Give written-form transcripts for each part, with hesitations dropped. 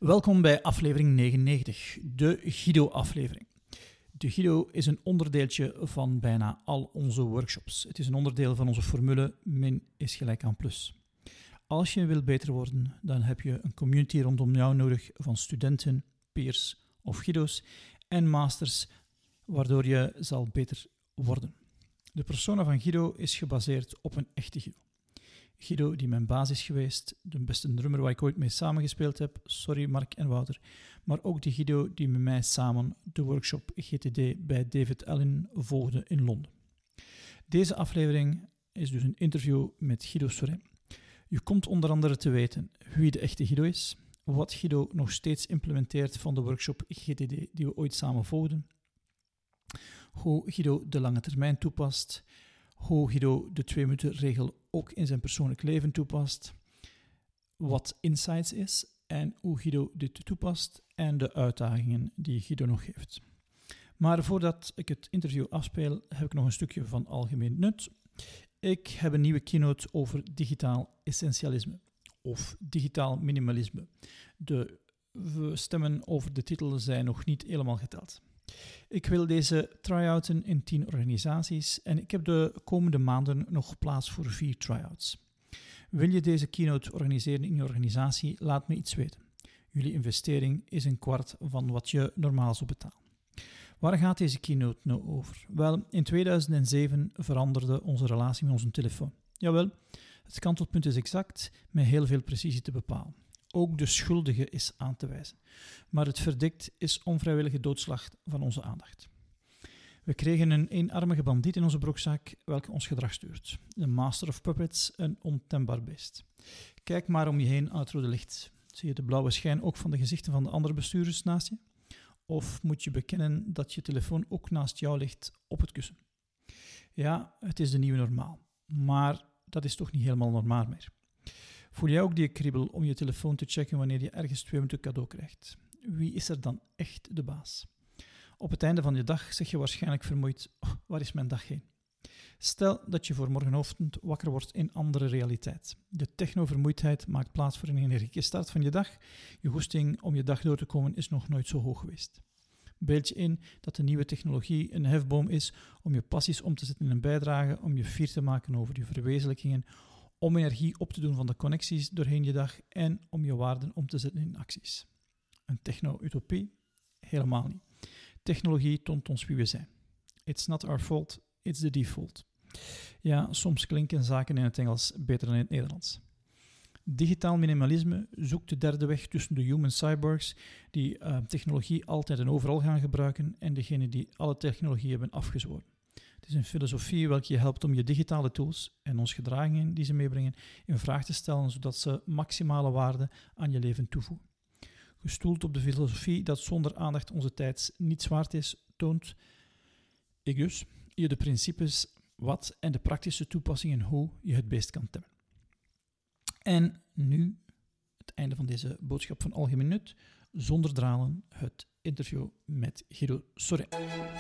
Welkom bij aflevering 99, de Guido-aflevering. De Guido is een onderdeeltje van bijna al onze workshops. Het is een onderdeel van onze formule min is gelijk aan plus. Als je wilt beter worden, dan heb je een community rondom jou nodig van studenten, peers of Guido's en masters, waardoor je zal beter worden. De persona van Guido is gebaseerd op een echte Guido. Guido, die mijn baas is geweest, de beste drummer waar ik ooit mee samengespeeld heb, sorry Mark en Wouter, maar ook de Guido die met mij samen de workshop GTD bij David Allen volgde in Londen. Deze aflevering is dus een interview met Guido Soret. Je komt onder andere te weten wie de echte Guido is, wat Guido nog steeds implementeert van de workshop GTD die we ooit samen volgden, hoe Guido de lange termijn toepast, hoe Guido de 2-minuten-regel ook in zijn persoonlijk leven toepast, wat Insights is en hoe Guido dit toepast en de uitdagingen die Guido nog heeft. Maar voordat ik het interview afspeel, heb ik nog een stukje van algemeen nut. Ik heb een nieuwe keynote over digitaal essentialisme of digitaal minimalisme. De stemmen over de titel zijn nog niet helemaal geteld. Ik wil deze try-outen in 10 organisaties en ik heb de komende maanden nog plaats voor 4 try-outs. Wil je deze keynote organiseren in je organisatie? Laat me iets weten. Jullie investering is een kwart van wat je normaal zou betalen. Waar gaat deze keynote nou over? Wel, in 2007 veranderde onze relatie met onze telefoon. Jawel, het kantelpunt is exact met heel veel precisie te bepalen. Ook de schuldige is aan te wijzen. Maar het verdict is onvrijwillige doodslag van onze aandacht. We kregen een eenarmige bandiet in onze broekzak, welke ons gedrag stuurt. Een master of puppets, een ontembaar beest. Kijk maar om je heen aan het rode licht. Zie je de blauwe schijn ook van de gezichten van de andere bestuurders naast je? Of moet je bekennen dat je telefoon ook naast jou ligt op het kussen? Ja, het is de nieuwe normaal. Maar dat is toch niet helemaal normaal meer. Voel jij ook die kriebel om je telefoon te checken wanneer je ergens 2 minuten cadeau krijgt? Wie is er dan echt de baas? Op het einde van je dag zeg je waarschijnlijk vermoeid, waar is mijn dag heen? Stel dat je voor morgenochtend wakker wordt in andere realiteit. De technovermoeidheid maakt plaats voor een energieke start van je dag. Je goesting om je dag door te komen is nog nooit zo hoog geweest. Beeld je in dat de nieuwe technologie een hefboom is om je passies om te zetten in een bijdrage, om je fier te maken over je verwezenlijkingen, om energie op te doen van de connecties doorheen je dag en om je waarden om te zetten in acties. Een techno-utopie? Helemaal niet. Technologie toont ons wie we zijn. It's not our fault, it's the default. Ja, soms klinken zaken in het Engels beter dan in het Nederlands. Digitaal minimalisme zoekt de derde weg tussen de human cyborgs die technologie altijd en overal gaan gebruiken en degenen die alle technologie hebben afgezworen. Het is een filosofie welke je helpt om je digitale tools en onze gedragingen die ze meebrengen in vraag te stellen, zodat ze maximale waarde aan je leven toevoegen. Gestoeld op de filosofie dat zonder aandacht onze tijd niets waard is, toont ik dus je de principes wat en de praktische toepassingen hoe je het best kan temmen. En nu het einde van deze boodschap van algemeen nut, zonder dralen het interview met Guido Soret.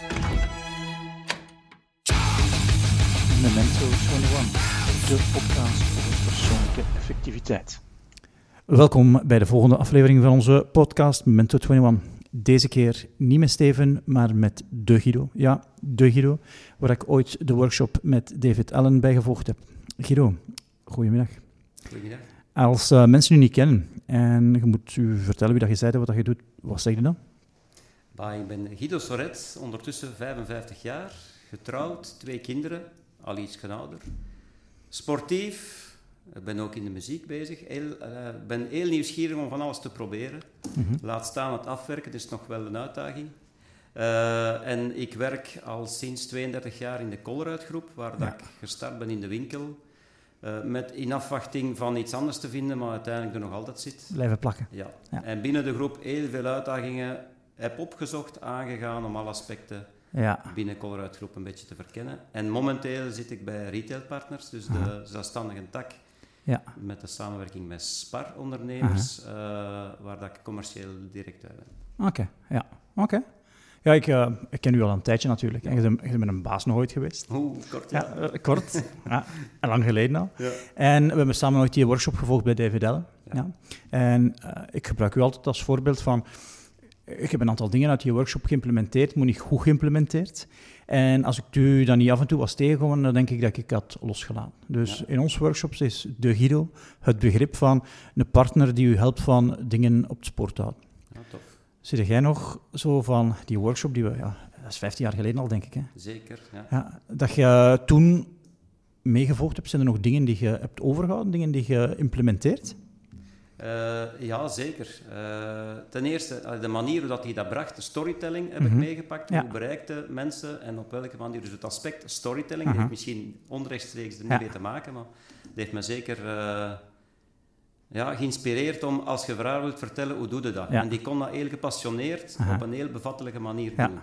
Memento 21, de podcast over persoonlijke effectiviteit. Welkom bij de volgende aflevering van onze podcast Memento 21. Deze keer niet met Steven, maar met de Guido. Ja, de Guido, waar ik ooit de workshop met David Allen bij gevolgd heb. Guido, goedemiddag. Goedemiddag. Als mensen u niet kennen en je moet u vertellen wie dat je bent en wat dat je doet, wat zeg je dan? Ik ben Guido Soret, ondertussen 55 jaar, getrouwd, 2 kinderen, al iets ouder. Sportief, ik ben ook in de muziek bezig. Ik ben heel nieuwsgierig om van alles te proberen. Laat staan het afwerken, dat is nog wel een uitdaging. En ik werk al sinds 32 jaar in de Colruyt-groep, waar dat ik gestart ben in de winkel. In afwachting van iets anders te vinden, maar uiteindelijk er nog altijd zit. Blijven plakken. Ja. En binnen de groep heel veel uitdagingen heb opgezocht, aangegaan om alle aspecten binnen Colruyt Groep een beetje te verkennen. En momenteel zit ik bij Retail Partners, dus de zelfstandige tak, met de samenwerking met Spar-ondernemers, waar dat ik commercieel directeur ben. Oké. Ja, ik ken u al een tijdje natuurlijk. En je bent een baas nog ooit geweest. Kort, ja. Kort. Ja, en lang geleden al. Ja. En we hebben samen nooit die workshop gevolgd bij David Allen. Ja. En ik gebruik u altijd als voorbeeld van... Ik heb een aantal dingen uit die workshop geïmplementeerd, maar niet goed geïmplementeerd. En als ik u dan niet af en toe was tegengekomen, dan denk ik dat ik had losgelaten. Dus in onze workshops is de Guido het begrip van een partner die u helpt van dingen op het spoor te houden. Ja, tof. Zie jij nog zo van die workshop die we... Ja, dat is 15 jaar geleden al, denk ik. Hè? Zeker, ja. Ja, dat je toen meegevolgd hebt, zijn er nog dingen die je hebt overgehouden, dingen die je implementeert? Ja, zeker. Ten eerste, de manier hoe dat hij dat bracht, de storytelling heb ik meegepakt. Ja. Hoe bereikte mensen en op welke manier. Dus het aspect storytelling, dat heeft misschien onrechtstreeks er niet mee te maken, maar dat heeft me zeker geïnspireerd om, als je verhaal wilt vertellen, hoe doe je dat? Ja. En die kon dat heel gepassioneerd op een heel bevattelijke manier doen.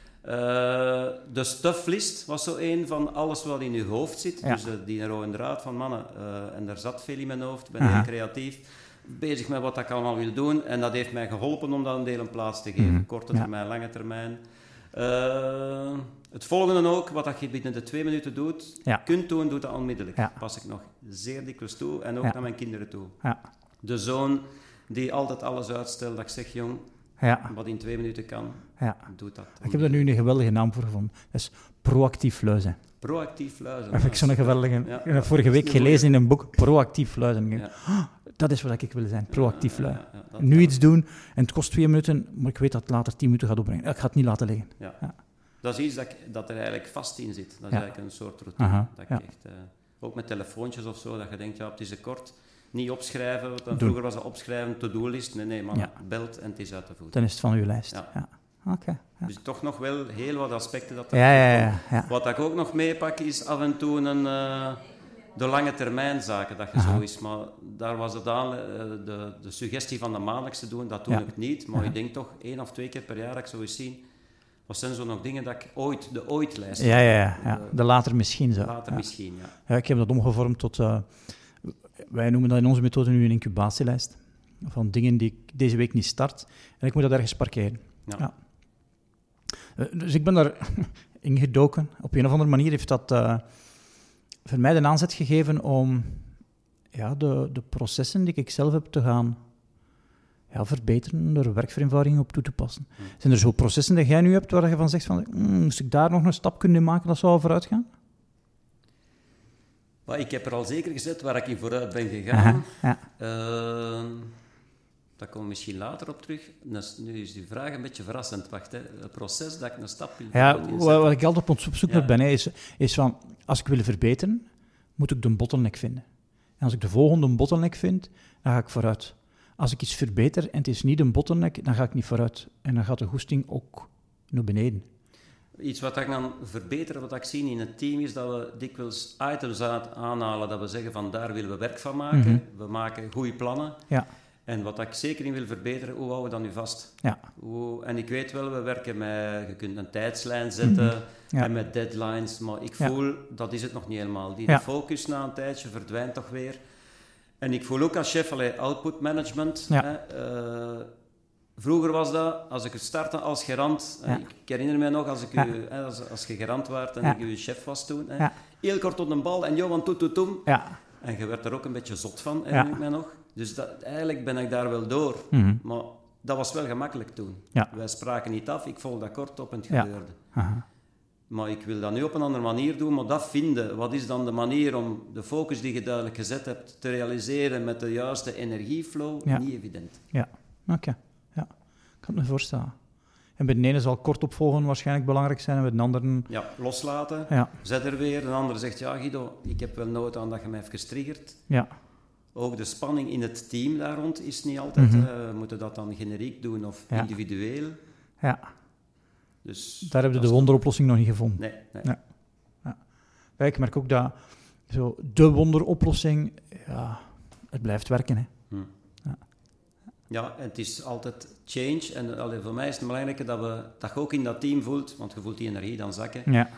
De stufflist was zo een van alles wat in je hoofd zit. Ja. Dus die rode draad van mannen. En daar zat veel in mijn hoofd. Ik ben heel creatief. Bezig met wat ik allemaal wil doen. En dat heeft mij geholpen om dat een deel een plaats te geven. Korte termijn, lange termijn. Het volgende ook, wat je binnen de 2 minuten doet, kunt doen, doe dat onmiddellijk. Ja. Pas ik nog zeer dikwijls toe. En ook naar mijn kinderen toe. Ja. De zoon die altijd alles uitstelt, dat ik zeg, jong... Ja. Wat in 2 minuten kan, doe dat. Ik heb daar nu een geweldige naam voor gevonden. Dat is proactief luizen. Proactief luizen. Dat heb ik zo'n geweldige... Ik heb vorige week gelezen in een boek, proactief luizen. Ja. Dat is wat ik wil zijn, proactief luizen. Nu iets doen en het kost 2 minuten, maar ik weet dat het later 10 minuten gaat opbrengen. Ik ga het niet laten liggen. Ja. Ja. Dat is iets dat er eigenlijk vast in zit. Dat is eigenlijk een soort routine. Dat ik echt, ook met telefoontjes of zo, dat je denkt, het is kort... Niet opschrijven, want vroeger was dat opschrijven, to-do-list. Nee, man, belt en het is uit de voet. Dan is het van uw lijst. Ja. Okay, Dus toch nog wel heel wat aspecten dat er Wat ik ook nog meepak, is af en toe de lange termijn zaken, dat je zo is. Maar daar was het aan, de suggestie van de maandelijks te doen, dat doe ik niet. Maar ik denk toch 1 of 2 keer per jaar dat ik zo eens zie. Wat zijn zo nog dingen dat ik de ooit-lijst... De later misschien zo. Later misschien, Ik heb dat omgevormd tot... wij noemen dat in onze methode nu een incubatielijst. Van dingen die ik deze week niet start. En ik moet dat ergens parkeren. Ja. Dus ik ben daar ingedoken. Op een of andere manier heeft dat voor mij de aanzet gegeven om de processen die ik zelf heb te gaan verbeteren, er werkvereenvoudiging op toe te passen. Zijn er zo processen die jij nu hebt waar je van zegt van moest ik daar nog een stap kunnen maken, dat zou vooruit gaan? Maar ik heb er al zeker gezet waar ik in vooruit ben gegaan. Daar komen we misschien later op terug. Nu is die vraag een beetje verrassend. Wacht, het proces dat ik een stap wil wat ik altijd op zoek naar ben, is van, als ik wil verbeteren, moet ik de bottleneck vinden. En als ik de volgende bottleneck vind, dan ga ik vooruit. Als ik iets verbeter en het is niet een bottleneck, dan ga ik niet vooruit. En dan gaat de goesting ook naar beneden. Iets wat ik dan verbeter, wat ik zie in het team, is dat we dikwijls items aanhalen, dat we zeggen van daar willen we werk van maken. We maken goede plannen. Ja. En wat ik zeker in wil verbeteren, hoe houden we dat nu vast? Ja. En ik weet wel, we werken met... Je kunt een tijdslijn zetten en met deadlines, maar ik voel, dat is het nog niet helemaal. De focus na een tijdje verdwijnt toch weer. En ik voel ook als chef, output management... Vroeger was dat, als ik startte als gerant, ik herinner me nog, als je gerant werd en ik je chef was toen, heel kort op de bal en Johan toetoetoem. En je werd er ook een beetje zot van, herinner ik me nog. Dus eigenlijk ben ik daar wel door. Maar dat was wel gemakkelijk toen. Wij spraken niet af, ik volgde dat kort op en het gebeurde. Maar ik wil dat nu op een andere manier doen, maar dat vinden, wat is dan de manier om de focus die je duidelijk gezet hebt te realiseren met de juiste energieflow, niet evident. Ja, oké. Ik kan het me voorstellen. En bij de ene zal kort opvolgen waarschijnlijk belangrijk zijn, en bij de andere... Ja, loslaten, zet er weer. De andere zegt, Guido, ik heb wel nood aan dat je mij even triggert. Ja. Ook de spanning in het team daar rond is niet altijd... we moeten dat dan generiek doen of individueel. Ja. Dus daar hebben we de wonderoplossing nog niet gevonden. Nee. Ja, ik merk ook dat de wonderoplossing... het blijft werken, hè. Ja, en het is altijd change. En voor mij is het belangrijke dat je ook in dat team voelt, want je voelt die energie dan zakken. Ja.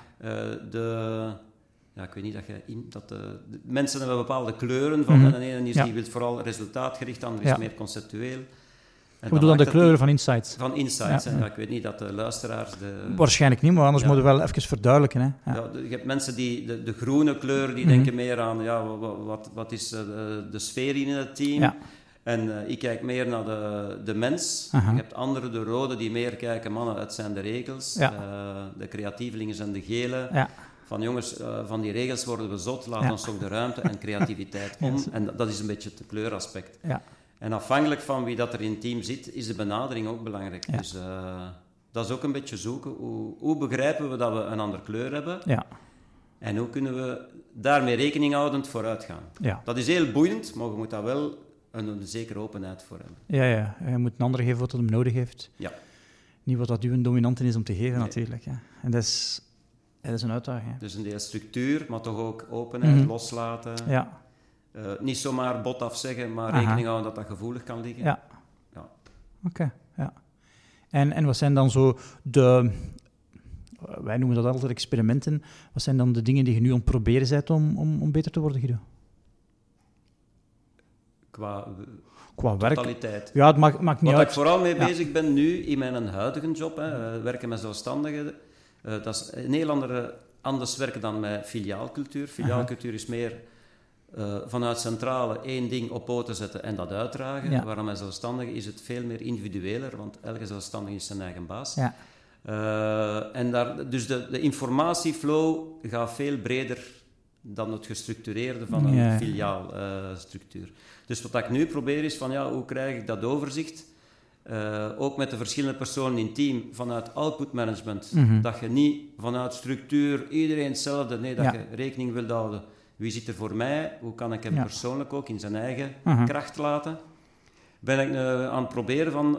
Ik weet niet dat de mensen hebben bepaalde kleuren van. En de ene die wil vooral resultaatgericht, de andere is meer conceptueel. Ik bedoel dan de kleuren van Insights. Van Insights. Ja. Ik weet niet dat de luisteraars... Waarschijnlijk niet, maar anders moeten we wel even verduidelijken. Hè. Ja. Je hebt mensen die de groene kleur, die denken meer aan wat is de sfeer in het team. Ja. En ik kijk meer naar de mens. Je hebt anderen, de rode, die meer kijken, mannen, het zijn de regels. Ja. De creatievelingen zijn de gele. Ja. Van jongens, van die regels worden we zot, laat ons toch de ruimte en creativiteit om. Ja. En dat is een beetje het kleuraspect. Ja. En afhankelijk van wie dat er in het team zit, is de benadering ook belangrijk. Ja. Dus dat is ook een beetje zoeken. Hoe begrijpen we dat we een andere kleur hebben? Ja. En hoe kunnen we daarmee rekening houdend vooruit gaan? Ja. Dat is heel boeiend, maar je moet daar wel een zekere openheid voor hebben. Ja. Je moet een ander geven wat hem nodig heeft. Ja. Niet wat dat uw dominante is om te geven, natuurlijk. Ja. En dat is een uitdaging. Dus een deel structuur, maar toch ook openheid, loslaten. Ja. Niet zomaar bot afzeggen, maar rekening houden dat gevoelig kan liggen. Ja. Oké. Ja. En wat zijn dan zo wij noemen dat altijd experimenten. Wat zijn dan de dingen die je nu aan het proberen bent om beter te worden, Guido? Qua totaliteit. Werk? Ja, het maakt niet uit. Wat ik vooral mee bezig ben nu in mijn huidige job, werken met zelfstandigen, dat is een heel anders werken dan met filiaalcultuur. Filiaalcultuur is meer vanuit centrale één ding op poten zetten en dat uitdragen. Ja. Waarom met zelfstandigen is het veel meer individueler, want elke zelfstandige is zijn eigen baas. Ja. Dus de informatieflow gaat veel breder dan het gestructureerde van een filiaalstructuur. Dus wat ik nu probeer is van hoe krijg ik dat overzicht, ook met de verschillende personen in het team, vanuit output management, dat je niet vanuit structuur, iedereen hetzelfde, nee, dat je rekening wilt houden. Wie zit er voor mij? Hoe kan ik hem persoonlijk ook in zijn eigen kracht laten? Ben ik aan het proberen van...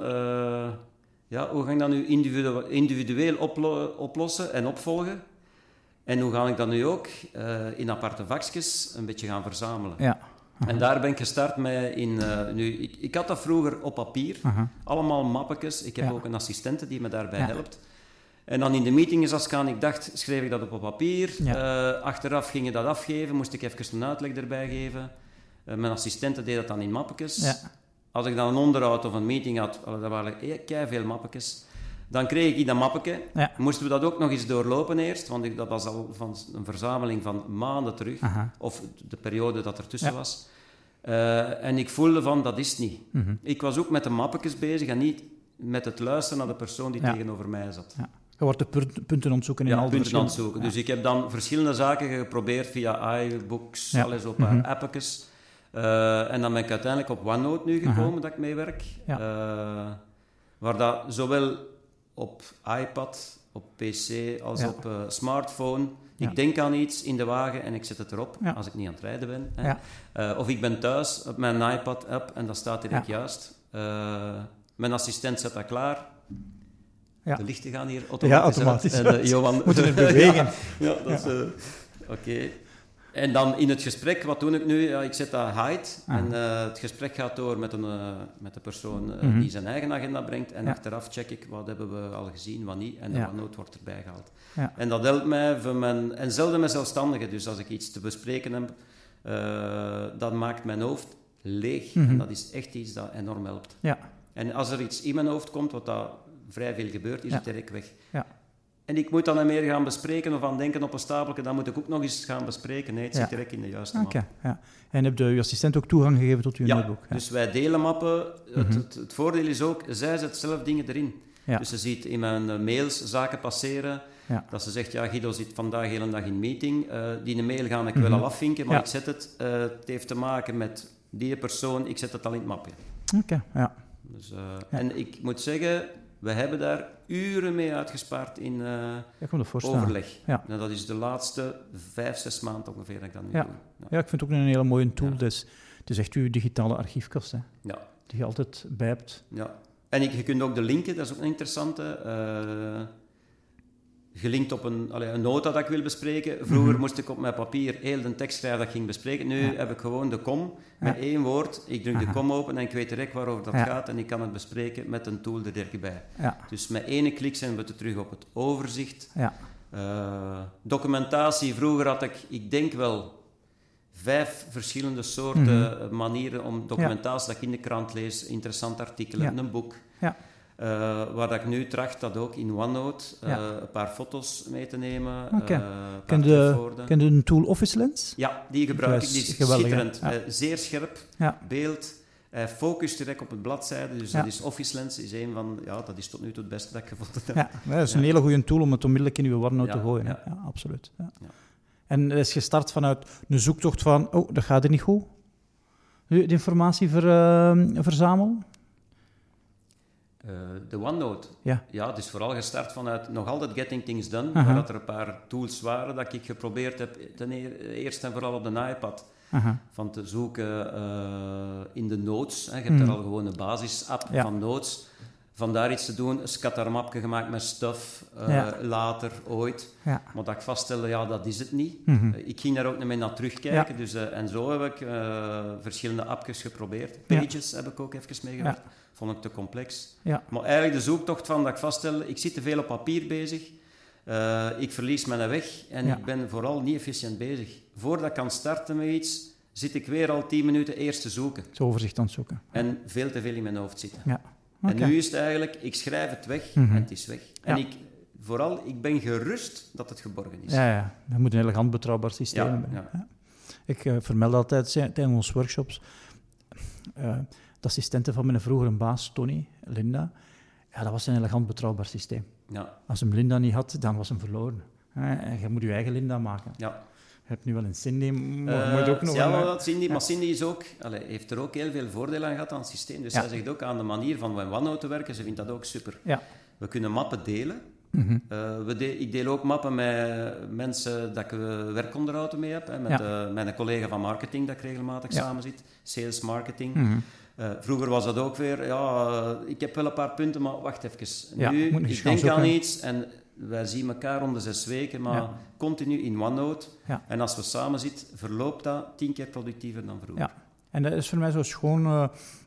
hoe ga ik dat nu individueel oplossen en opvolgen? En hoe ga ik dat nu ook in aparte vakjes een beetje gaan verzamelen? Ja. En daar ben ik gestart met ik had dat vroeger op papier, allemaal mappetjes. Ik heb ook een assistente die me daarbij helpt. En dan in de meetings, als ik dacht, schreef ik dat op papier. Ja. Achteraf ging je dat afgeven, moest ik even een uitleg erbij geven. Mijn assistente deed dat dan in mappetjes. Ja. Als ik dan een onderhoud of een meeting had, dat waren keiveel mappetjes. Dan kreeg ik dat mappetje. Ja. Moesten we dat ook nog eens doorlopen eerst, want dat was al van een verzameling van maanden terug. Of de periode dat ertussen was. En ik voelde van, dat is niet. Ik was ook met de mappetjes bezig en niet met het luisteren naar de persoon die tegenover mij zat. Ja. Je wordt de punten ontzoeken in al de punten ontzoeken. Ja. Dus ik heb dan verschillende zaken geprobeerd via iBooks, alles op haar appetjes. En dan ben ik uiteindelijk op OneNote nu gekomen, dat ik mee werk. Ja. Waar dat zowel op iPad, op PC als op smartphone... Ik denk aan iets in de wagen en ik zet het erop als ik niet aan het rijden ben. Hè. Ja. Of ik ben thuis op mijn iPad-app en dat staat direct juist. Mijn assistent zet dat klaar. Ja. De lichten gaan hier automatisch. En, Johan... Moeten er bewegen. Dat is... Oké. En dan in het gesprek, wat doe ik nu? Ja, ik zet dat hide. En het gesprek gaat door met de persoon die zijn eigen agenda brengt. En achteraf check ik, wat hebben we al gezien, wat niet. En de OneNote wordt erbij gehaald. Ja. En dat helpt mij en zelden met zelfstandigen. Dus als ik iets te bespreken heb, dat maakt mijn hoofd leeg. En dat is echt iets dat enorm helpt. Ja. En als er iets in mijn hoofd komt, wat dat vrij veel gebeurt, is het direct weg. Ja. En ik moet dan niet meer gaan bespreken of aan denken op een stapeltje, dan moet ik ook nog eens gaan bespreken. Nee, het zit direct in de juiste map. Ja. En heb je uw assistent ook toegang gegeven tot uw notebook? Ja, dus wij delen mappen. Het voordeel is ook, zij zet zelf dingen erin. Ja. Dus ze ziet in mijn mails zaken passeren, dat ze zegt, Guido zit vandaag de hele dag in meeting. Die mail ga ik wel al afvinken, maar ik zet het. Het heeft te maken met die persoon, ik zet het al in het mapje. Oké, ja. Dus, en ik moet zeggen... We hebben daar uren mee uitgespaard in overleg. Ja. Nou, dat is de laatste 5-6 maanden ongeveer dat ik dat nu doe. Ja, ik vind het ook een hele mooie tool. Dus, het is echt uw digitale archiefkast, hè? Ja. Die je altijd bij hebt. Ja. En je kunt ook de linken, dat is ook een interessante. Gelinkt op een nota dat ik wil bespreken. Vroeger moest ik op mijn papier heel de tekst schrijven dat ik ging bespreken. Nu heb ik gewoon de kom met 1 woord. Ik druk de kom open en ik weet direct waarover dat gaat. En ik kan het bespreken met een tool er direct bij. Ja. Dus met 1 klik zijn we terug op het overzicht. Ja. Documentatie. Vroeger had ik denk wel 5 verschillende soorten manieren om documentatie dat ik in de krant lees, interessante artikelen, een boek. Ja. Waar dat ik nu tracht dat ook in OneNote een paar foto's mee te nemen. Ken je een tool Office Lens? Ja, die gebruik ik. Die is geweldig, schitterend. Zeer scherp beeld. Hij focust direct op het bladzijde. Dus dat is Office Lens. Is een van, dat is tot nu toe het beste dat ik gevonden heb. Ja, dat is een hele goede tool om het onmiddellijk in uw OneNote te gooien. Ja, absoluut. Ja. Ja. En dat is gestart vanuit een zoektocht van, dat gaat er niet goed. De informatie verzamelen. De OneNote. Ja, het is vooral gestart vanuit nog altijd Getting Things Done, waar dat er een paar tools waren dat ik geprobeerd heb, eerst en vooral op de iPad, van te zoeken in de notes. Je hebt er al gewoon een basisapp van notes. Vandaar iets te doen, een scattermapje gemaakt met stuff, later, ooit. Ja. Maar dat ik vaststelde, dat is het niet. Ik ging daar ook niet mee naar terugkijken. Dus, en zo heb ik verschillende appjes geprobeerd. Pages heb ik ook even meegewerkt. Vond ik te complex. Ja. Maar eigenlijk de zoektocht van dat ik vaststelde, ik zit te veel op papier bezig. Ik verlies mijn weg en ik ben vooral niet efficiënt bezig. Voordat ik kan starten met iets, zit ik weer al 10 minuten eerst te zoeken. Zo overzicht aan het zoeken. En veel te veel in mijn hoofd zitten. Ja. Okay. En nu is het eigenlijk, ik schrijf het weg en het is weg. En ik ben gerust dat het geborgen is. Ja. Je moet een elegant betrouwbaar systeem hebben. Ja. Ik vermeld altijd tijdens onze workshops, de assistente van mijn vroegere baas, Tony, Linda, dat was een elegant betrouwbaar systeem. Ja. Als hem Linda niet had, dan was hem verloren. En je moet je eigen Linda maken. Ja. Je hebt nu wel een Cindy, maar moet ook nog... Maar Cindy is ook, heeft er ook heel veel voordelen aan gehad aan het systeem. Dus zij zegt ook aan de manier van OneNote te werken, ze vindt dat ook super. Ja. We kunnen mappen delen. Ik deel ook mappen met mensen dat ik werkonderhoud mee heb. Met mijn collega van marketing dat ik regelmatig samen zit. Sales marketing. Vroeger was dat ook weer, ik heb wel een paar punten, maar wacht even. Nu, ik denk aan iets en wij zien elkaar om de 6 weken, maar continu in OneNote. Ja. En als we samen zitten, verloopt dat 10 keer productiever dan vroeger. Ja. En dat is voor mij zo'n schoon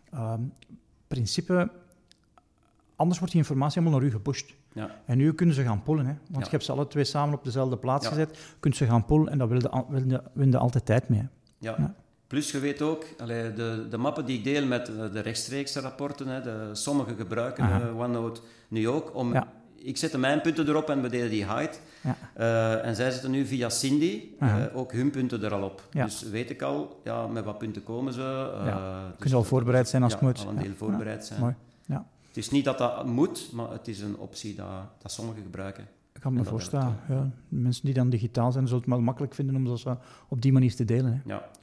principe. Anders wordt die informatie helemaal naar u gepusht. Ja. En nu kunnen ze gaan pollen, hè? Want je hebt ze alle 2 samen op dezelfde plaats gezet. Kunt ze gaan pollen en daar win je altijd tijd mee. Hè? Ja. Plus, je weet ook, de mappen die ik deel met de rechtstreekse rapporten, sommige gebruiken OneNote nu ook. Ik zette mijn punten erop en we deden die hide. Ja. En zij zitten nu via Cindy ook hun punten er al op. Ja. Dus weet ik al, met wat punten komen ze. Kun je al voorbereid zijn als het moet. Al een deel voorbereid zijn. Mooi. Ja. Het is niet dat dat moet, maar het is een optie dat sommigen gebruiken. Ik kan me voorstellen. Ja. Mensen die dan digitaal zijn, zullen het wel makkelijk vinden om dat op die manier te delen. Hè. Ja.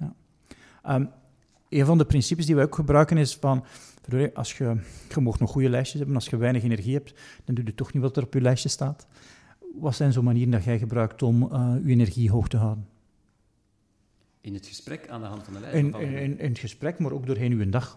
Een van de principes die wij ook gebruiken is van... Als je mag nog goede lijstjes hebben, als je weinig energie hebt, dan doe je toch niet wat er op je lijstje staat. Wat zijn zo'n manieren dat jij gebruikt om je energie hoog te houden? In het gesprek, aan de hand van de lijst? In het gesprek, maar ook doorheen uw dag.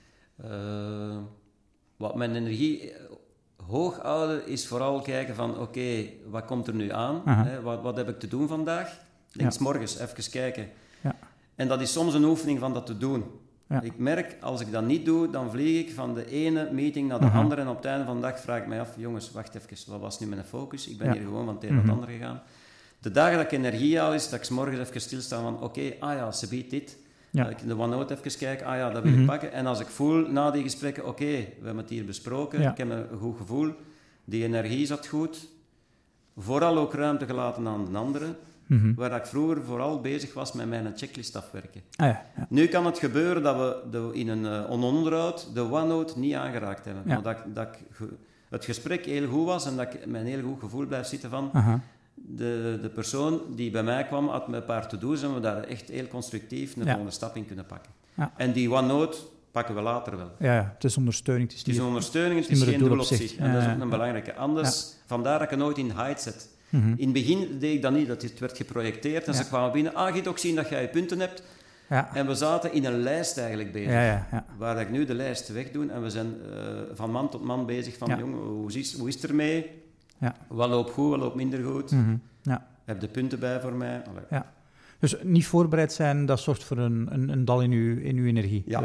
Wat mijn energie hoog houden is vooral kijken van oké, wat komt er nu aan? Wat heb ik te doen vandaag? Denk 's morgens even kijken. Ja. En dat is soms een oefening van dat te doen. Ja. Ik merk, als ik dat niet doe, dan vlieg ik van de ene meeting naar de andere en op het einde van de dag vraag ik mij af, jongens, wacht even, wat was nu mijn focus? Ik ben hier gewoon van het een naar het ander gegaan. De dagen dat ik energie haal is, dat ik 's morgens even stilsta van, oké, ze biedt dit. Ik in de OneNote even kijken, dat wil ik pakken. En als ik voel na die gesprekken, we hebben het hier besproken, ik heb een goed gevoel, die energie zat goed, vooral ook ruimte gelaten aan de anderen. Waar ik vroeger vooral bezig was met mijn checklist afwerken. Nu kan het gebeuren dat we in een onderhoud de OneNote niet aangeraakt hebben. Maar dat het gesprek heel goed was en dat ik met een heel goed gevoel blijf zitten van... De persoon die bij mij kwam had met een paar to-do's en we daar echt heel constructief een volgende stap in kunnen pakken. Ja. En die OneNote pakken we later wel. Ja, het is ondersteuning. Het is een ondersteuning, het is geen doel op zich. En dat is ook een belangrijke. Anders, vandaar dat ik het nooit in hide zet. In het begin deed ik dat niet, het werd geprojecteerd en ze kwamen binnen. Je hebt ook zien dat jij je punten hebt. Ja. En we zaten in een lijst eigenlijk bezig. Waar ik nu de lijst wegdoe en we zijn van man tot man bezig van, jongen, hoe is het ermee? Ja. Wat loopt goed, wat loopt minder goed? Heb de punten bij voor mij? Ja. Dus niet voorbereid zijn, dat zorgt voor een dal in uw energie. Ja.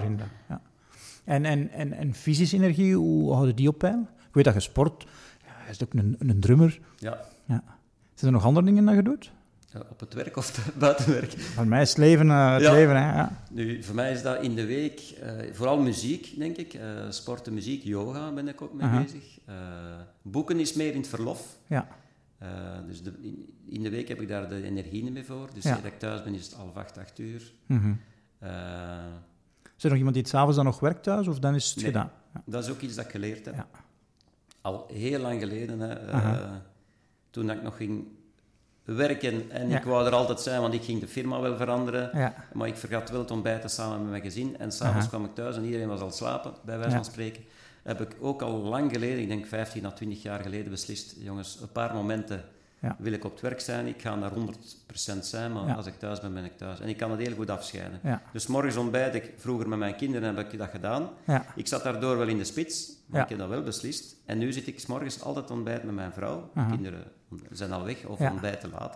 En fysische energie, hoe houden die op peil? Ik weet dat je sport, hij is ook een drummer. Ja. Zijn er nog andere dingen dat je doet? Op het werk of buiten werk? Voor mij is het leven leven, hè. Ja. Nu, voor mij is dat in de week vooral muziek, denk ik. Sporten, muziek, yoga ben ik ook mee bezig. Boeken is meer in het verlof. Ja. Dus in de week heb ik daar de energie niet meer voor. Dus als ik thuis ben, is het 7:30, 8:00. Is er nog iemand die het s'avonds dan nog werkt thuis, of dan is het gedaan? Ja. Dat is ook iets dat ik geleerd heb. Ja. Al heel lang geleden, toen ik nog ging werken en ik wou er altijd zijn, want ik ging de firma wel veranderen, maar ik vergat wel het ontbijten samen met mijn gezin en s'avonds kwam ik thuis en iedereen was al slapen, bij wijze van spreken. Heb ik ook al lang geleden, ik denk 15 à 20 jaar geleden, beslist, jongens, een paar momenten wil ik op het werk zijn, ik ga naar 100% zijn, maar als ik thuis ben, ben ik thuis. En ik kan het heel goed afscheiden. Ja. Dus morgens ontbijt ik, vroeger met mijn kinderen heb ik dat gedaan. Ja. Ik zat daardoor wel in de spits, maar ik heb dat wel beslist. En nu zit ik 's morgens altijd ontbijt met mijn vrouw. De kinderen zijn al weg of ontbijten later.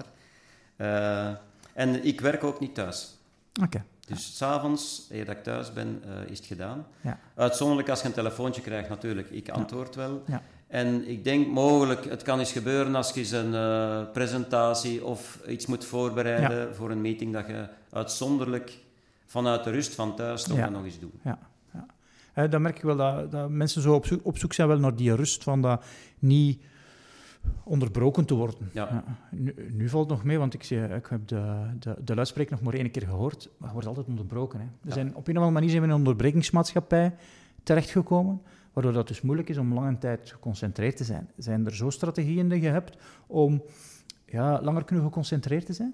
En ik werk ook niet thuis. Okay. Dus 's avonds, eer dat ik thuis ben, is het gedaan. Ja. Uitzonderlijk als je een telefoontje krijgt natuurlijk. Ik antwoord wel. Ja. En ik denk mogelijk, het kan eens gebeuren als je eens een presentatie of iets moet voorbereiden voor een meeting, dat je uitzonderlijk vanuit de rust van thuis toch dat nog eens doet. Ja. Dan merk ik wel dat mensen zo op zoek zijn wel naar die rust van dat niet onderbroken te worden. Ja. Nu valt het nog mee, want ik heb de luidspreker nog maar 1 keer gehoord, maar je wordt altijd onderbroken. Hè. We zijn, op een of andere manier zijn we in een onderbrekingsmaatschappij terechtgekomen, waardoor dat dus moeilijk is om lange tijd geconcentreerd te zijn. Zijn er zo strategieën die je hebt om langer kunnen geconcentreerd te zijn?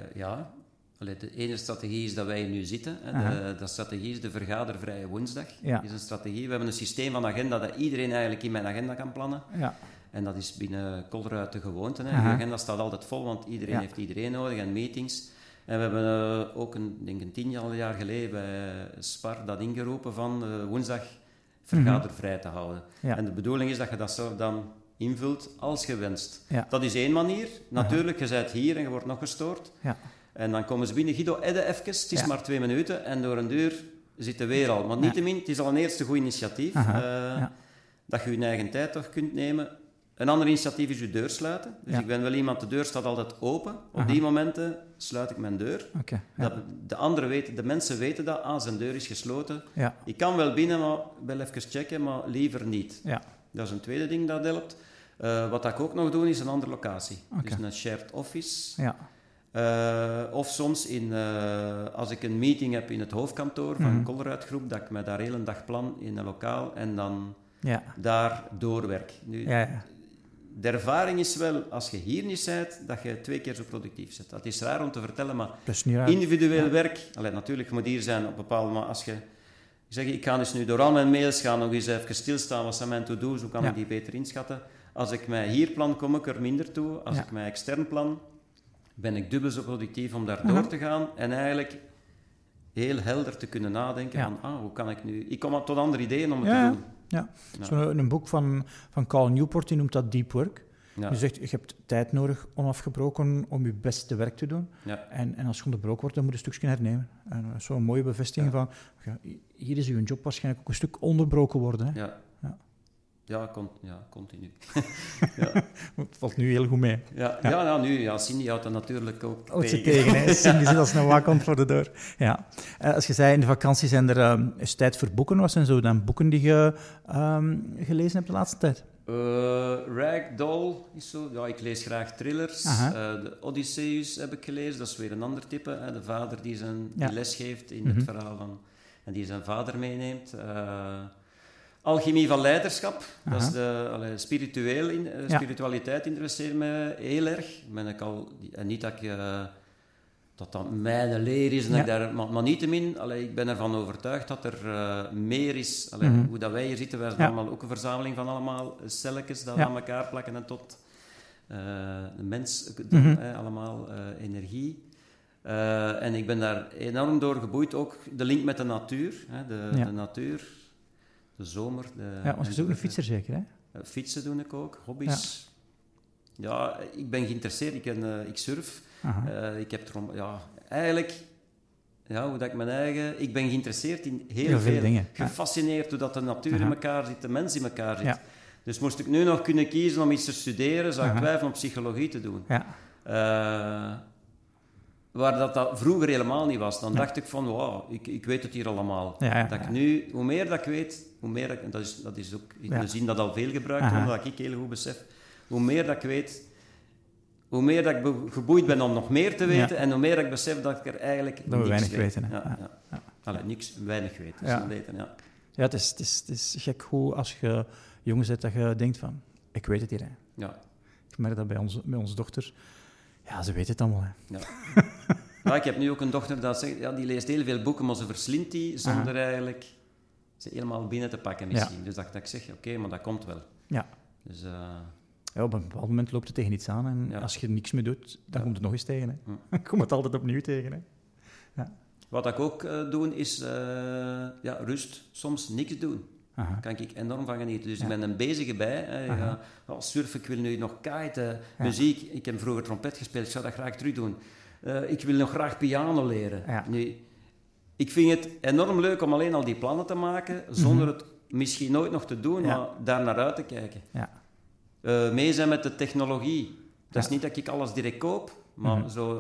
De ene strategie is dat wij hier nu zitten. De strategie is de vergadervrije woensdag. Dat is een strategie. We hebben een systeem van agenda dat iedereen eigenlijk in mijn agenda kan plannen. Ja. En dat is binnen Colruyt de gewoonte. Hè. De agenda staat altijd vol, want iedereen heeft iedereen nodig en meetings. En we hebben ook een 10 jaar geleden bij Spar dat ingeroepen van woensdag vergadervrij te houden. Ja. En de bedoeling is dat je dat zo dan invult als je wenst. Ja. Dat is 1 manier. Natuurlijk, je bent hier en je wordt nog gestoord. Ja. En dan komen ze binnen. Guido, even, het is maar 2 minuten. En door een uur zit de weer al. Maar niettemin, het is al een eerste goed initiatief. Dat je je eigen tijd toch kunt nemen. Een ander initiatief is je deur sluiten. Dus ik ben wel iemand, de deur staat altijd open. Op die momenten sluit ik mijn deur. Okay, de mensen weten dat. Zijn deur is gesloten. Ja. Ik kan wel binnen, maar wel even checken, maar liever niet. Ja. Dat is een tweede ding dat helpt. Wat ik ook nog doe, is een andere locatie. Okay. Dus een shared office. Ja. Of soms als ik een meeting heb in het hoofdkantoor van Colruyt Groep, dat ik me daar heel een dag plan in een lokaal en dan daar doorwerk. Nu, de ervaring is wel, als je hier niet bent, dat je 2 keer zo productief bent. Dat is raar om te vertellen, maar individueel werk... natuurlijk, je moet hier zijn op bepaalde... Maar als je... ik ga dus nu door al mijn mails gaan, nog eens even stilstaan, wat zijn mijn to-do's, hoe kan ik die beter inschatten? Als ik mij hier plan, kom ik er minder toe. Als ik mij extern plan, ben ik dubbel zo productief om daar door te gaan en eigenlijk heel helder te kunnen nadenken van, hoe kan ik nu... Ik kom tot andere ideeën om het te doen. Ja. Zo'n boek van Cal Newport, die noemt dat Deep Work. Ja. Je zegt, je hebt tijd nodig, onafgebroken, om je beste werk te doen. Ja. En als je onderbroken wordt, dan moet je een stukje hernemen. En dat is zo'n mooie bevestiging van, hier is uw job waarschijnlijk ook een stuk onderbroken worden. Hè? Continu. Het valt nu heel goed mee. Cindy houdt dat natuurlijk ook tegen. Cindy zit als een waakhond voor de deur. Ja. Als je zei, in de vakantie is tijd voor boeken. Wat zijn zo dan boeken die je gelezen hebt de laatste tijd? Ragdoll is zo. Ja, ik lees graag thrillers. De Odysseus heb ik gelezen. Dat is weer een ander type. De vader die les geeft in het verhaal van... En die zijn vader meeneemt. Alchemie van leiderschap. Dat is spiritualiteit interesseert me heel erg. Niet dat dat mijn leer is, maar niettemin, ik ben ervan overtuigd dat er meer is. Hoe dat wij hier zitten, wij zijn allemaal ook een verzameling van allemaal celletjes dat aan elkaar plakken en tot de mens, allemaal energie. En ik ben daar enorm door geboeid, ook de link met de natuur. De natuur, de zomer. Want je bent ook een fietser zeker, hè? Fietsen doe ik ook, hobby's. Ja, ik ben geïnteresseerd, ik surf. Ik heb hoe dat ik mijn eigen... Ik ben geïnteresseerd in heel veel dingen. Gefascineerd hoe dat de natuur in elkaar zit, de mens in elkaar zit. Ja. Dus moest ik nu nog kunnen kiezen om iets te studeren, zou ik twijfelen om psychologie te doen. Ja. waar dat vroeger helemaal niet was. Dan dacht ik van, wow, ik weet het hier allemaal. Dat ik nu, hoe meer dat ik weet, hoe meer dat ik, dat is ook, we zien dat al veel gebruikt worden, dat ik heel goed besef. Hoe meer dat ik weet, hoe meer dat ik geboeid ben om nog meer te weten, en hoe meer dat ik besef dat ik er eigenlijk dat we weinig weet. weten. Allee, weinig weten. Dus weten, Ja, het is gek hoe als je jong bent dat je denkt van, ik weet het hier. Hè. Ja. Ik merk dat bij onze dochter. Ja, ze weet het allemaal. Hè. Ja. Ik heb nu ook een dochter dat zegt, die leest heel veel boeken, maar ze verslindt die zonder eigenlijk ze helemaal binnen te pakken misschien. Dus dat ik zeg, oké, maar dat komt wel. Ja. Dus, op een bepaald moment loopt het tegen iets aan en als je er niks mee doet, dan komt het nog eens tegen. Hè. Dan komt het altijd opnieuw tegen. Hè. Ja. Wat ik ook doe, is rust. Soms niks doen. Daar kan ik enorm van genieten. Dus ik ben een bezige bij. Surfen, ik wil nu nog kiten, muziek. Ik heb vroeger trompet gespeeld, ik zou dat graag terug doen. Ik wil nog graag piano leren. Ja. Nu, ik vind het enorm leuk om alleen al die plannen te maken, zonder het misschien nooit nog te doen, maar daar naar uit te kijken. Ja. Mee zijn met de technologie. Dat is niet dat ik alles direct koop, maar zo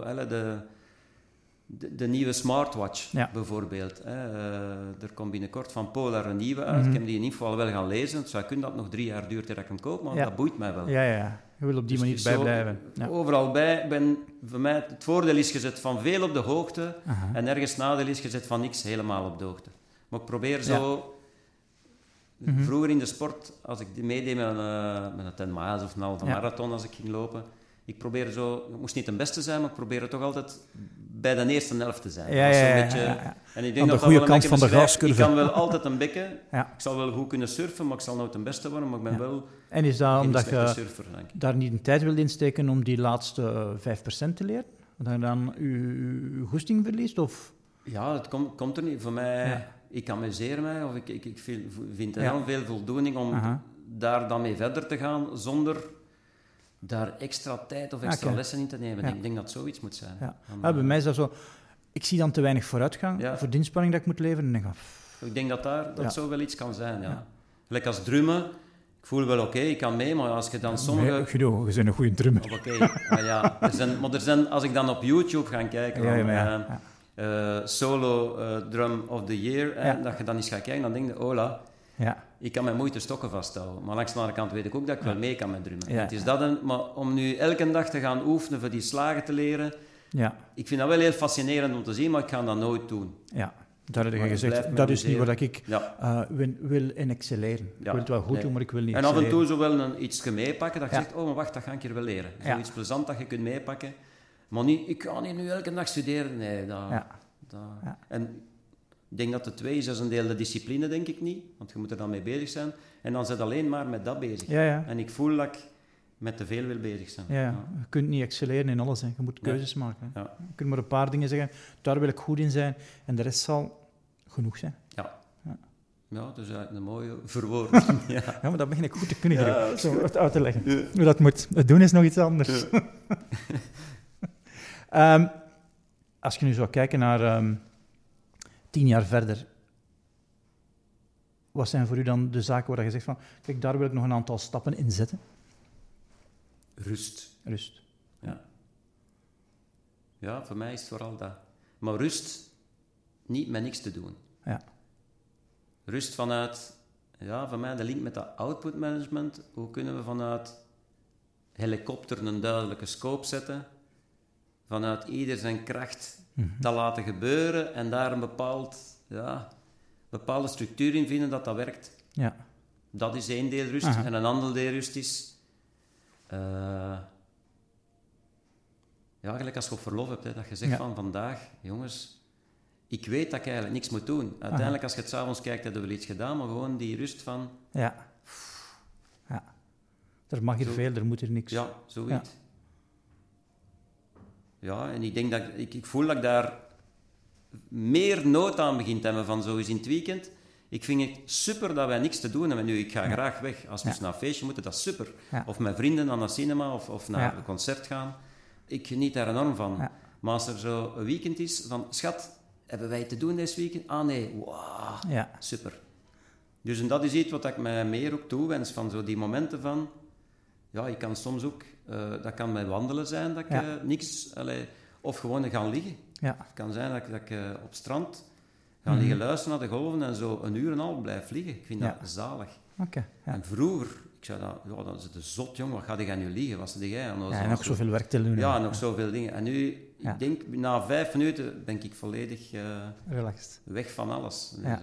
de nieuwe smartwatch bijvoorbeeld. Er komt binnenkort van Polar een nieuwe uit. Ik heb die in ieder geval wel gaan lezen. Het zou kunnen dat het nog 3 jaar duurt dat ik hem koop, maar dat boeit mij wel. Ja. Je wil op die manier bij blijven. Ja. Overal bij. Voor mij, het voordeel is gezet van veel op de hoogte en ergens nadeel is gezet van niks helemaal op de hoogte. Maar ik probeer zo... Vroeger in de sport, als ik meedeed met een 10 miles of een halve marathon als ik ging lopen, ik probeerde zo... Ik moest niet de beste zijn, maar ik probeerde toch altijd bij de eerste helft te zijn. En ik denk aan dat de goede kant van de grascurve. Ik kan wel altijd een bekken. Ik zal wel goed kunnen surfen, maar ik zal nooit de beste worden. Maar ik ben wel en is dat omdat je surfer, daar niet een tijd wilt insteken om die laatste 5% te leren? Dat je dan je goesting verliest? Of? Ja, het komt er niet. Voor mij... Ik amuseer mij, of ik vind enorm veel voldoening om daar dan mee verder te gaan, zonder daar extra tijd of extra lessen in te nemen. Ik denk dat zoiets moet zijn. Ja. Bij mij is dat zo... Ik zie dan te weinig vooruitgang voor de inspanning dat ik moet leveren. En denk ik denk dat zo wel iets kan zijn, Gelijk als drummen, ik voel wel oké, ik kan mee, maar als je dan sommige... Nee, je bent een goede drummer. Er zijn, als ik dan op YouTube ga kijken... solo drum of the year, dat je dan eens gaat kijken, dan denk je, hola, ik kan mijn moeite stokken vasthouden. Maar langs de andere kant weet ik ook dat ik wel mee kan met drummen. Het is maar om nu elke dag te gaan oefenen voor die slagen te leren, ik vind dat wel heel fascinerend om te zien, maar ik ga dat nooit doen. Ja, daar heb je gezegd, dat is niet wat ik wil in excelleren. Ik wil het wel goed doen, maar ik wil niet excelleren. En af en toe zo wel iets meepakken, dat je zegt, oh, maar wacht, dat ga ik hier wel leren. Zoiets plezant dat je kunt meepakken. Maar niet, ik ga niet nu elke dag studeren. Nee, En ik denk dat de 2 is een deel de discipline, denk ik niet. Want je moet er dan mee bezig zijn. En dan zit alleen maar met dat bezig. En ik voel dat ik met te veel wil bezig zijn. Je kunt niet excelleren in alles. Hè. Je moet keuzes maken. Hè. Je kunt maar een paar dingen zeggen. Daar wil ik goed in zijn. En de rest zal genoeg zijn. Ja, dat is eigenlijk een mooie verwoording. Ja, maar dat begin ik goed te kunnen zo uit te leggen. Hoe dat moet. Het doen is nog iets anders. Als je nu zou kijken naar 10 jaar verder, wat zijn voor u dan de zaken waar je zegt van, kijk, daar wil ik nog een aantal stappen in zetten? Rust. Ja, voor mij is het vooral dat. Maar rust, niet met niks te doen. Rust vanuit, voor mij de link met dat output management. Hoe kunnen we vanuit helikopter een duidelijke scope zetten? Vanuit ieder zijn kracht te laten gebeuren en daar een bepaalde structuur in vinden dat werkt. Dat is 1 deel rust. En een ander deel rust is... gelijk als je op verlof hebt, dat je zegt van vandaag, jongens, ik weet dat ik eigenlijk niks moet doen. Uiteindelijk, als je het 's avonds kijkt, heb je wel iets gedaan, maar gewoon die rust van... Er mag hier veel, er moet er niks. Ja, zoiets. Ja, en ik denk dat ik voel dat ik daar meer nood aan begin te hebben van zo eens in het weekend. Ik vind het super dat wij niks te doen hebben nu. Ik ga graag weg. Als we naar een feestje moeten, dat is super. Of met vrienden naar de cinema of naar een concert gaan. Ik geniet daar enorm van. Maar als er zo een weekend is van, schat, hebben wij te doen deze weekend? Ah nee, wow, super. Dus en dat is iets wat ik mij meer ook toewens, van zo die momenten van... Ja, ik kan soms ook... dat kan met wandelen zijn, dat ik niks... of gewoon gaan liggen. Ja. Het kan zijn dat ik op het strand ga liggen luisteren naar de golven en zo een uur en al blijf liggen. Ik vind dat zalig. Okay, ja. En vroeger, ik zei dat is de zot, jong, wat ga je nu liggen? Wat zit jij aan? En nog zoveel werk te doen. Ja, nog zoveel dingen. En nu, ik denk, na 5 minuten ben ik volledig relaxed. Weg van alles. Dus,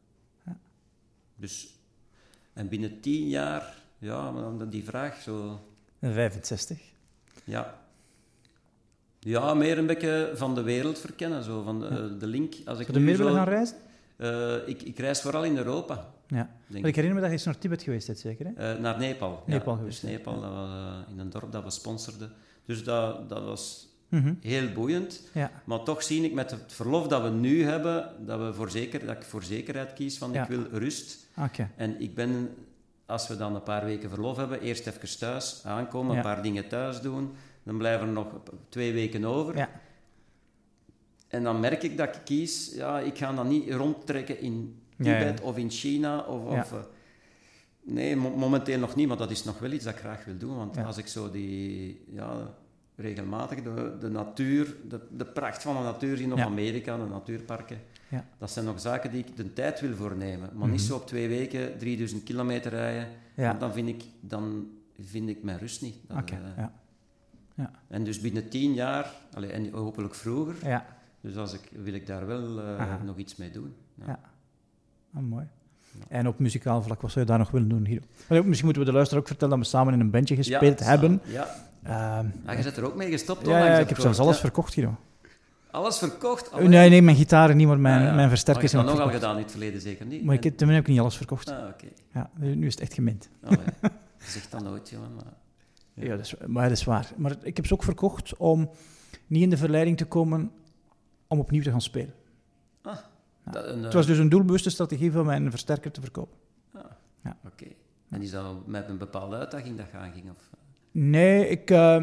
dus, en binnen 10 jaar, maar dan die vraag zo... 65. Ja. Ja, meer een beetje van de wereld verkennen, zo, van de link. Als ik zou je meer willen gaan reizen? Ik reis vooral in Europa. Ja. Ik herinner me dat je eens naar Tibet geweest bent, zeker? Hè? Naar Nepal. Nepal geweest. Dus Nepal, dat was in een dorp dat we sponsorden. Dus dat was heel boeiend. Ja. Maar toch zie ik met het verlof dat we nu hebben, dat ik voor zekerheid kies van ik wil rust. Okay. En ik ben, als we dan een paar weken verlof hebben, eerst even thuis aankomen, een paar dingen thuis doen. Dan blijven er nog 2 weken over. Ja. En dan merk ik dat ik kies, ik ga dan niet rondtrekken in Tibet of in China. Nee, momenteel nog niet, maar dat is nog wel iets dat ik graag wil doen. Want als ik zo regelmatig de natuur, de pracht van de natuur zie, of Amerika, de natuurparken, dat zijn nog zaken die ik de tijd wil voornemen. Maar niet zo op 2 weken 3000 kilometer rijden, want dan vind ik mijn rust niet. Ja. En dus binnen 10 jaar, en hopelijk vroeger, dus wil ik daar wel nog iets mee doen. Ja. Mooi. Ja. En op muzikaal vlak, wat zou je daar nog willen doen, Guido? Misschien moeten we de luisteraar ook vertellen dat we samen in een bandje gespeeld hebben. Ja. Je bent er ook mee gestopt? Ja, ik heb zelfs alles verkocht, Guido. Alles verkocht? Nee, mijn gitaren niet, maar mijn versterkers zijn nog al gedaan in het verleden, zeker niet? Maar toen heb ik niet alles verkocht. Okay. Ja, nu is het echt gemint. Zeg dat nooit, jongen. Maar dat is waar. Maar ik heb ze ook verkocht om niet in de verleiding te komen om opnieuw te gaan spelen. Het was dus een doelbewuste strategie van mijn versterker te verkopen. Oké. En is dat met een bepaalde uitdaging dat gaan ging? Of? Nee,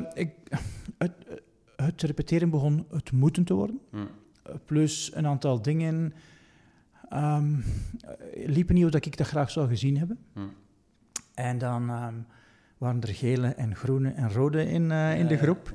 het repeteren begon het moeten te worden. Plus een aantal dingen liepen niet of dat ik dat graag zou gezien hebben. En dan waren er gele en groene en rode in de groep.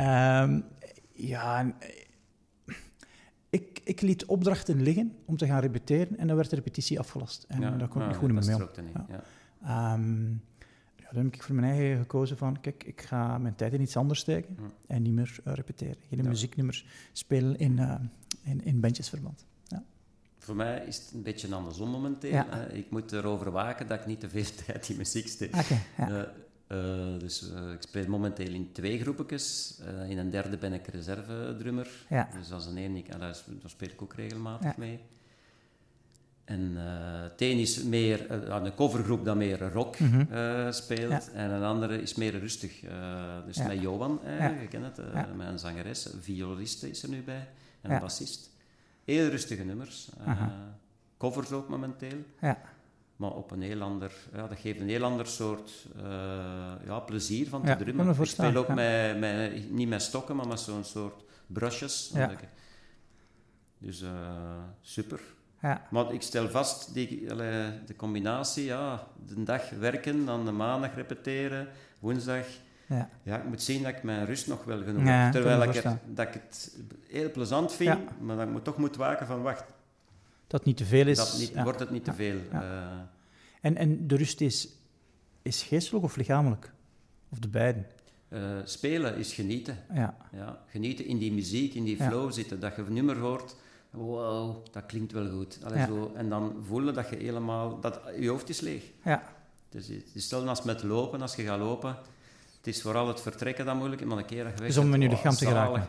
Ik liet opdrachten liggen om te gaan repeteren en dan werd de repetitie afgelast. En daar kon ik niet goed meer mee om. Dan heb ik voor mijn eigen gekozen van, kijk, ik ga mijn tijd in iets anders steken en niet meer repeteren. Geen muzieknummers spelen in bandjesverband. Ja. Voor mij is het een beetje andersom momenteel. Ik moet erover waken dat ik niet te veel tijd in muziek steek. Dus ik speel momenteel in 2 groepjes. In een derde ben ik reservedrummer. Dus als een ene, daar speel ik ook regelmatig mee. En het een is meer een covergroep dat meer rock speelt. En een andere is meer rustig. Dus met Johan, je kent het, met een zangeres, een violiste is er nu bij. En een bassist. Heel rustige nummers. Covers ook momenteel. Maar op een heel ander... dat geeft een heel ander soort plezier van te drummen. Ik speel ook niet met stokken, maar met zo'n soort brushes. Dus super. Maar ik stel vast, de combinatie, de dag werken, dan de maandag repeteren, woensdag... ik moet zien dat ik mijn rust nog wel genoeg heb. Terwijl ik het heel plezant vind, maar dat ik toch moet waken van, wacht... Dat niet te veel is. Wordt het niet te veel. En de rust is geestelijk of lichamelijk? Of de beiden? Spelen is genieten. Genieten in die muziek, in die flow zitten. Dat je een nummer hoort, wow, dat klinkt wel goed. Zo, en dan voelen dat je helemaal... Dat je hoofd is leeg. Dus het is hetzelfde als met lopen, als je gaat lopen. Het is vooral het vertrekken dat moeilijk is, maar een keer dat je weg dus om in je lichaam te geraken.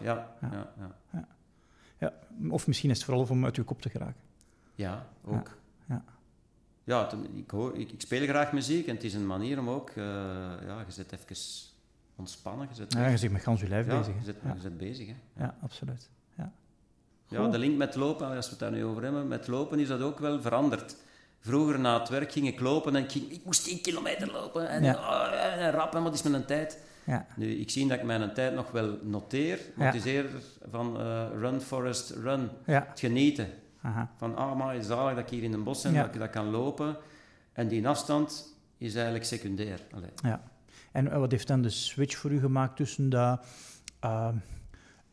Ja. Of misschien is het vooral om uit je kop te geraken. Ja, ook. Ik speel graag muziek en het is een manier om ook... je zit even ontspannen. Je zit met gans je lijf bezig. Je zit bezig. Hè. Ja, absoluut. Ja, de link met lopen, als we het daar nu over hebben, met lopen is dat ook wel veranderd. Vroeger na het werk ging ik lopen en ik moest 10 kilometer lopen. En rap, en wat is mijn tijd? Nu, ik zie dat ik mijn tijd nog wel noteer, maar het is eerder van run, Forest, run. Het genieten. Van, maar zalig dat ik hier in een bos ben, dat ik dat kan lopen. En die afstand is eigenlijk secundair. En wat heeft dan de switch voor u gemaakt tussen dat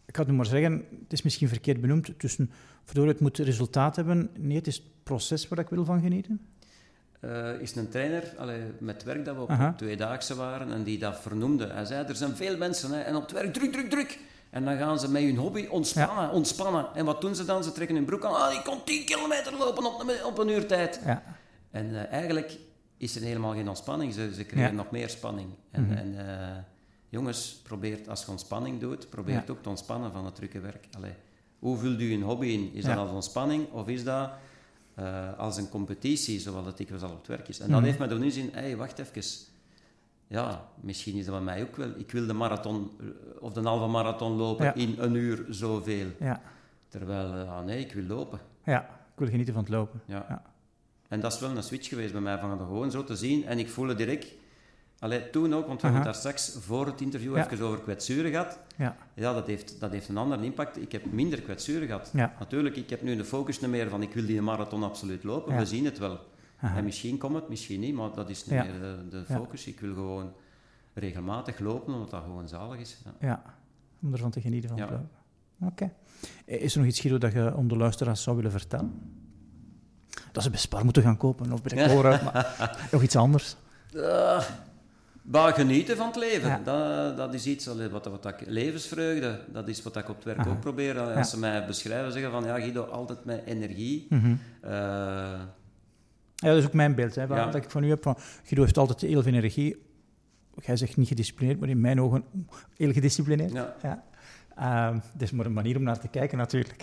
ik ga het nu maar zeggen, het is misschien verkeerd benoemd, verdorie, het moet resultaat hebben. Nee, het is het proces waar ik wil van genieten. Is een trainer met werk dat we op tweedaagse waren en die dat vernoemde. Hij zei, er zijn veel mensen en op het werk druk. En dan gaan ze met hun hobby ontspannen. En wat doen ze dan? Ze trekken hun broek aan. Ik kon 10 kilometer lopen op een uur tijd. Ja. En eigenlijk is er helemaal geen ontspanning. Ze krijgen nog meer spanning. En jongens, als je ontspanning doet, probeer ook te ontspannen van het drukke werk. Hoe vult u een hobby in? Is dat als ontspanning of is dat als een competitie, zoals het dikwijls al op het werk is? En dat heeft mij doen inzien, wacht even. Ja, misschien is dat bij mij ook wel. Ik wil de marathon of de halve marathon lopen in een uur zoveel. Ja. Terwijl, nee, ik wil lopen. Ja, ik wil genieten van het lopen. Ja. En dat is wel een switch geweest bij mij, van het gewoon zo te zien. En ik voelde direct, toen ook, want we hebben het daar straks voor het interview even over kwetsuren gehad. Ja, dat heeft een andere impact. Ik heb minder kwetsuren gehad. Ja. Natuurlijk, ik heb nu de focus niet meer van ik wil die marathon absoluut lopen. We zien het wel. En misschien komt het, misschien niet, maar dat is niet meer de focus. Ik wil gewoon regelmatig lopen, omdat dat gewoon zalig is. Ja, om ervan te genieten van het lopen. Oké. Is er nog iets, Guido, dat je om de luisteraars zou willen vertellen? Dat ze bij Spar moeten gaan kopen, of bij de Cora, maar nog iets anders? Genieten van het leven. Dat is iets, wat ik, levensvreugde, dat is wat ik op het werk ook probeer. Als ze mij beschrijven, zeggen van, Guido, altijd met energie. Ja, dat is ook mijn beeld, dat ik van u heb. Guido heeft altijd heel veel energie. Jij zegt niet gedisciplineerd, maar in mijn ogen heel gedisciplineerd. Ja. Dat is maar een manier om naar te kijken, natuurlijk.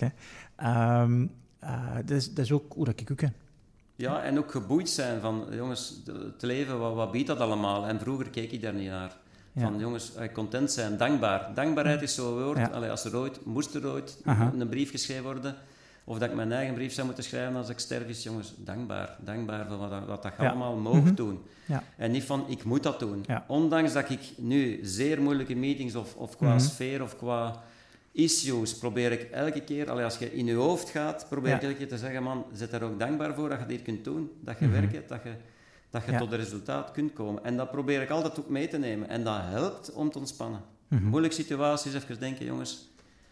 Dat is ook hoe dat ik u ken. Ja, en ook geboeid zijn van, jongens, het leven, wat biedt dat allemaal? En vroeger keek ik daar niet naar. Van, jongens, content zijn, dankbaar. Dankbaarheid is zo'n woord. Ja. Als er ooit een brief geschreven worden, of dat ik mijn eigen brief zou moeten schrijven als ik sterf, is, jongens, dankbaar. Dankbaar voor wat dat je allemaal mogen doen. Ja. En niet van, ik moet dat doen. Ja. Ondanks dat ik nu zeer moeilijke meetings, of qua sfeer, of qua issues, probeer ik elke keer, als je in je hoofd gaat, probeer ik elke keer te zeggen, man, zet daar ook dankbaar voor dat je dit kunt doen, dat je werkt, dat je tot een resultaat kunt komen. En dat probeer ik altijd ook mee te nemen. En dat helpt om te ontspannen. Moeilijke situaties, even denken, jongens.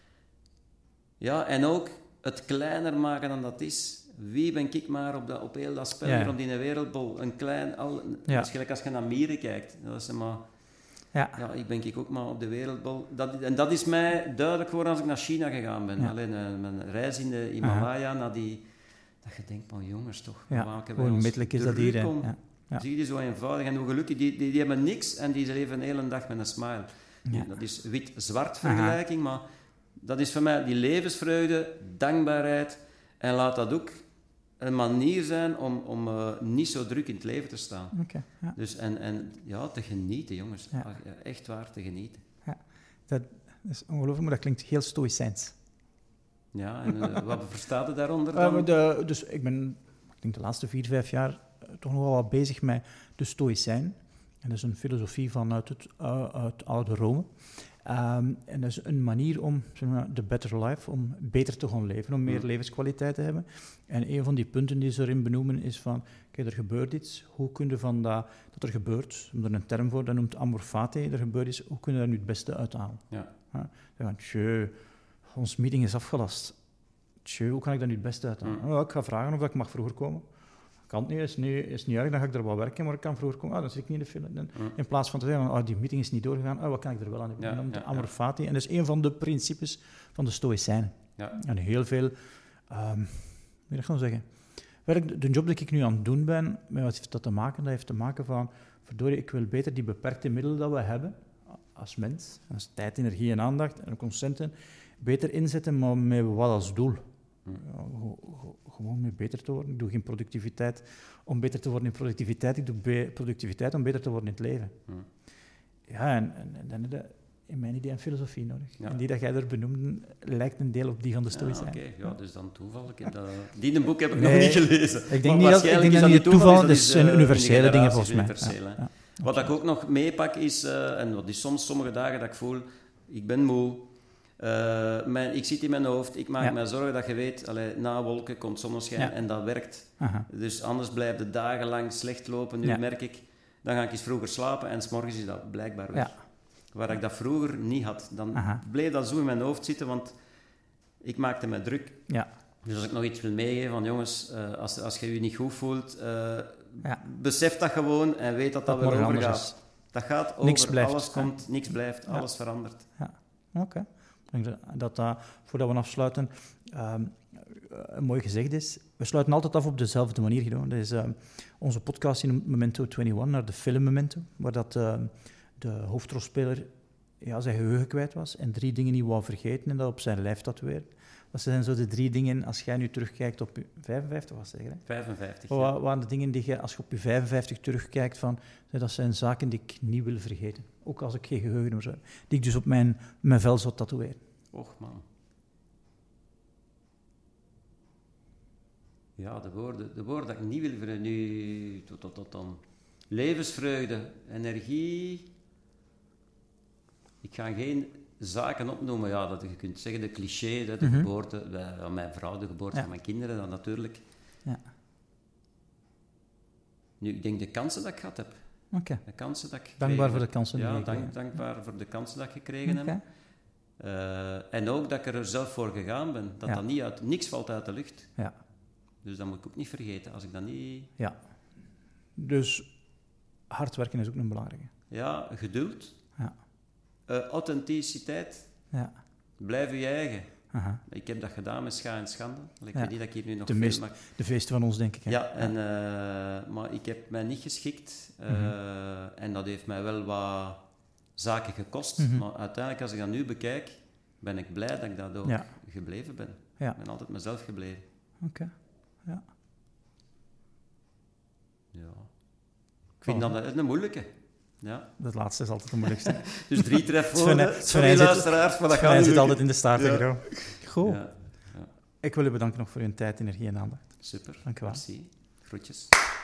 Ja, en ook het kleiner maken dan dat is. Wie ben ik maar op heel dat spel rond in de wereldbol? Een klein... Het is gelijk als je naar mieren kijkt. Dat is maar... Ja, ik ben ook maar op de wereldbol. Dat is mij duidelijk geworden als ik naar China gegaan ben. Alleen mijn reis in de Himalaya, naar die... Dat je denkt, man, jongens toch. Hoe onmiddellijk is dat hier. Zie je die zo eenvoudig en hoe gelukkig. Die hebben niks en die leven de hele dag met een smile. Ja. Dat is wit-zwart vergelijking, maar dat is voor mij die levensvreugde, dankbaarheid. En laat dat ook een manier zijn om niet zo druk in het leven te staan. Dus en te genieten, jongens. Echt waar, te genieten. Ja, dat is ongelooflijk, maar dat klinkt heel stoïcijns. Ja, en wat verstaat het daaronder dan? Dus ik denk de laatste 4-5 jaar toch nog wel wat bezig met de stoïcijn. En dat is een filosofie vanuit het oude Rome. En dat is een manier om, zeg maar, the better life, om beter te gaan leven, om meer levenskwaliteit te hebben. En een van die punten die ze erin benoemen is van, kijk, er gebeurt iets, hoe kun je van dat er gebeurt, om er een term voor, dat noemt amor fati, er gebeurt iets, hoe kun je daar nu het beste uithalen? Ja. Dan gaan, ons meeting is afgelast. Hoe kan ik daar nu het beste uithalen? Ik ga vragen of ik mag vroeger komen. Kan het niet, is niet erg, dan ga ik er wel werken, maar ik kan vroeger komen. Dan zit ik niet in de file. In plaats van te zeggen, die meeting is niet doorgegaan, wat kan ik er wel aan doen? De amor fati. En dat is een van de principes van de Stoïcijnen. Ja. En heel veel, hoe gaan zeggen, de job die ik nu aan het doen ben, met wat heeft dat te maken? Dat heeft te maken van, verdorie, ik wil beter die beperkte middelen dat we hebben, als mens, als tijd, energie en aandacht en consenten, beter inzetten, maar met wat als doel. Gewoon mee beter te worden. Ik doe geen productiviteit om beter te worden in productiviteit. Ik doe productiviteit om beter te worden in het leven. Ja, en dan heb je in mijn idee een filosofie nodig. Ja. En die dat jij er benoemde, lijkt een deel op die van de Stoïcijnen. Oké, dus dan toeval. Die boek heb ik nog niet gelezen. Ik denk niet dat het toeval is. Dat zijn universele dingen volgens mij. Ja. Wat ik ook nog meepak is, en dat is soms sommige dagen dat ik voel, ik ben moe, ik zit in mijn hoofd, ik maak mij zorgen dat je weet, na wolken komt zonneschijn en dat werkt. Dus anders blijft de dagenlang slecht lopen. Nu merk ik, dan ga ik eens vroeger slapen en 's morgens is dat blijkbaar weg. waar ik dat vroeger niet had. Dan bleef dat zo in mijn hoofd zitten, want ik maakte me druk. Ja. Dus als ik nog iets wil meegeven van jongens, als je je niet goed voelt, besef dat gewoon en weet dat wel overgaat. Dat gaat over, niks blijft, alles komt, niks blijft, alles verandert. Ja, oké. Ik denk dat voordat we afsluiten, een mooi gezegd is. We sluiten altijd af op dezelfde manier, Guido. Dat is onze podcast in Memento 21, naar de film Memento, waar dat de hoofdrolspeler zijn geheugen kwijt was en 3 dingen niet wou vergeten en dat op zijn lijf tatoeëren. Dat zijn zo de 3 dingen, als jij nu terugkijkt op je 55, was zeggen? 55, Wat waren de dingen die je, als je op je 55 terugkijkt, dat zijn zaken die ik niet wil vergeten. Ook als ik geen geheugen meer zou, die ik dus op mijn vel zou tatoeëren. Och man. Ja, de woorden dat ik niet wil vergeten, nu tot dan. Levensvreugde, energie. Ik ga geen zaken opnoemen, dat je kunt zeggen, de cliché, de geboorte van mijn vrouw, de geboorte van mijn kinderen, dan natuurlijk. Ja. Nu, ik denk de kansen dat ik gehad heb. Okay. De kansen dat ik dankbaar voor de kansen die ik dankbaar voor de kansen dat ik gekregen heb. En ook dat ik er zelf voor gegaan ben. Dat niks valt uit de lucht. Ja. Dus dat moet ik ook niet vergeten. Als ik dat niet... Ja. Dus hard werken is ook een belangrijke. Ja, geduld. Ja. Authenticiteit. Ja. Blijf je eigen. Aha. Ik heb dat gedaan met scha en schande. Ik weet niet dat ik hier nu nog de feesten van ons, denk ik. Hè? Ja, maar ik heb mij niet geschikt. En dat heeft mij wel wat zaken gekost. Maar uiteindelijk, als ik dat nu bekijk, ben ik blij dat ik dat ook gebleven ben. Ja. Ik ben altijd mezelf gebleven. Oké. Ja. Ja. Ik vind dat een moeilijke. Ja. Dat laatste is altijd de moeilijkste. Dus 3 trefwoorden. Sorry luisteraars, maar dat gaat niet. Zit altijd in de staart. Ja. Goed. Ja. Ik wil u bedanken nog voor uw tijd, energie en aandacht. Super. Dank u wel. Merci. Groetjes.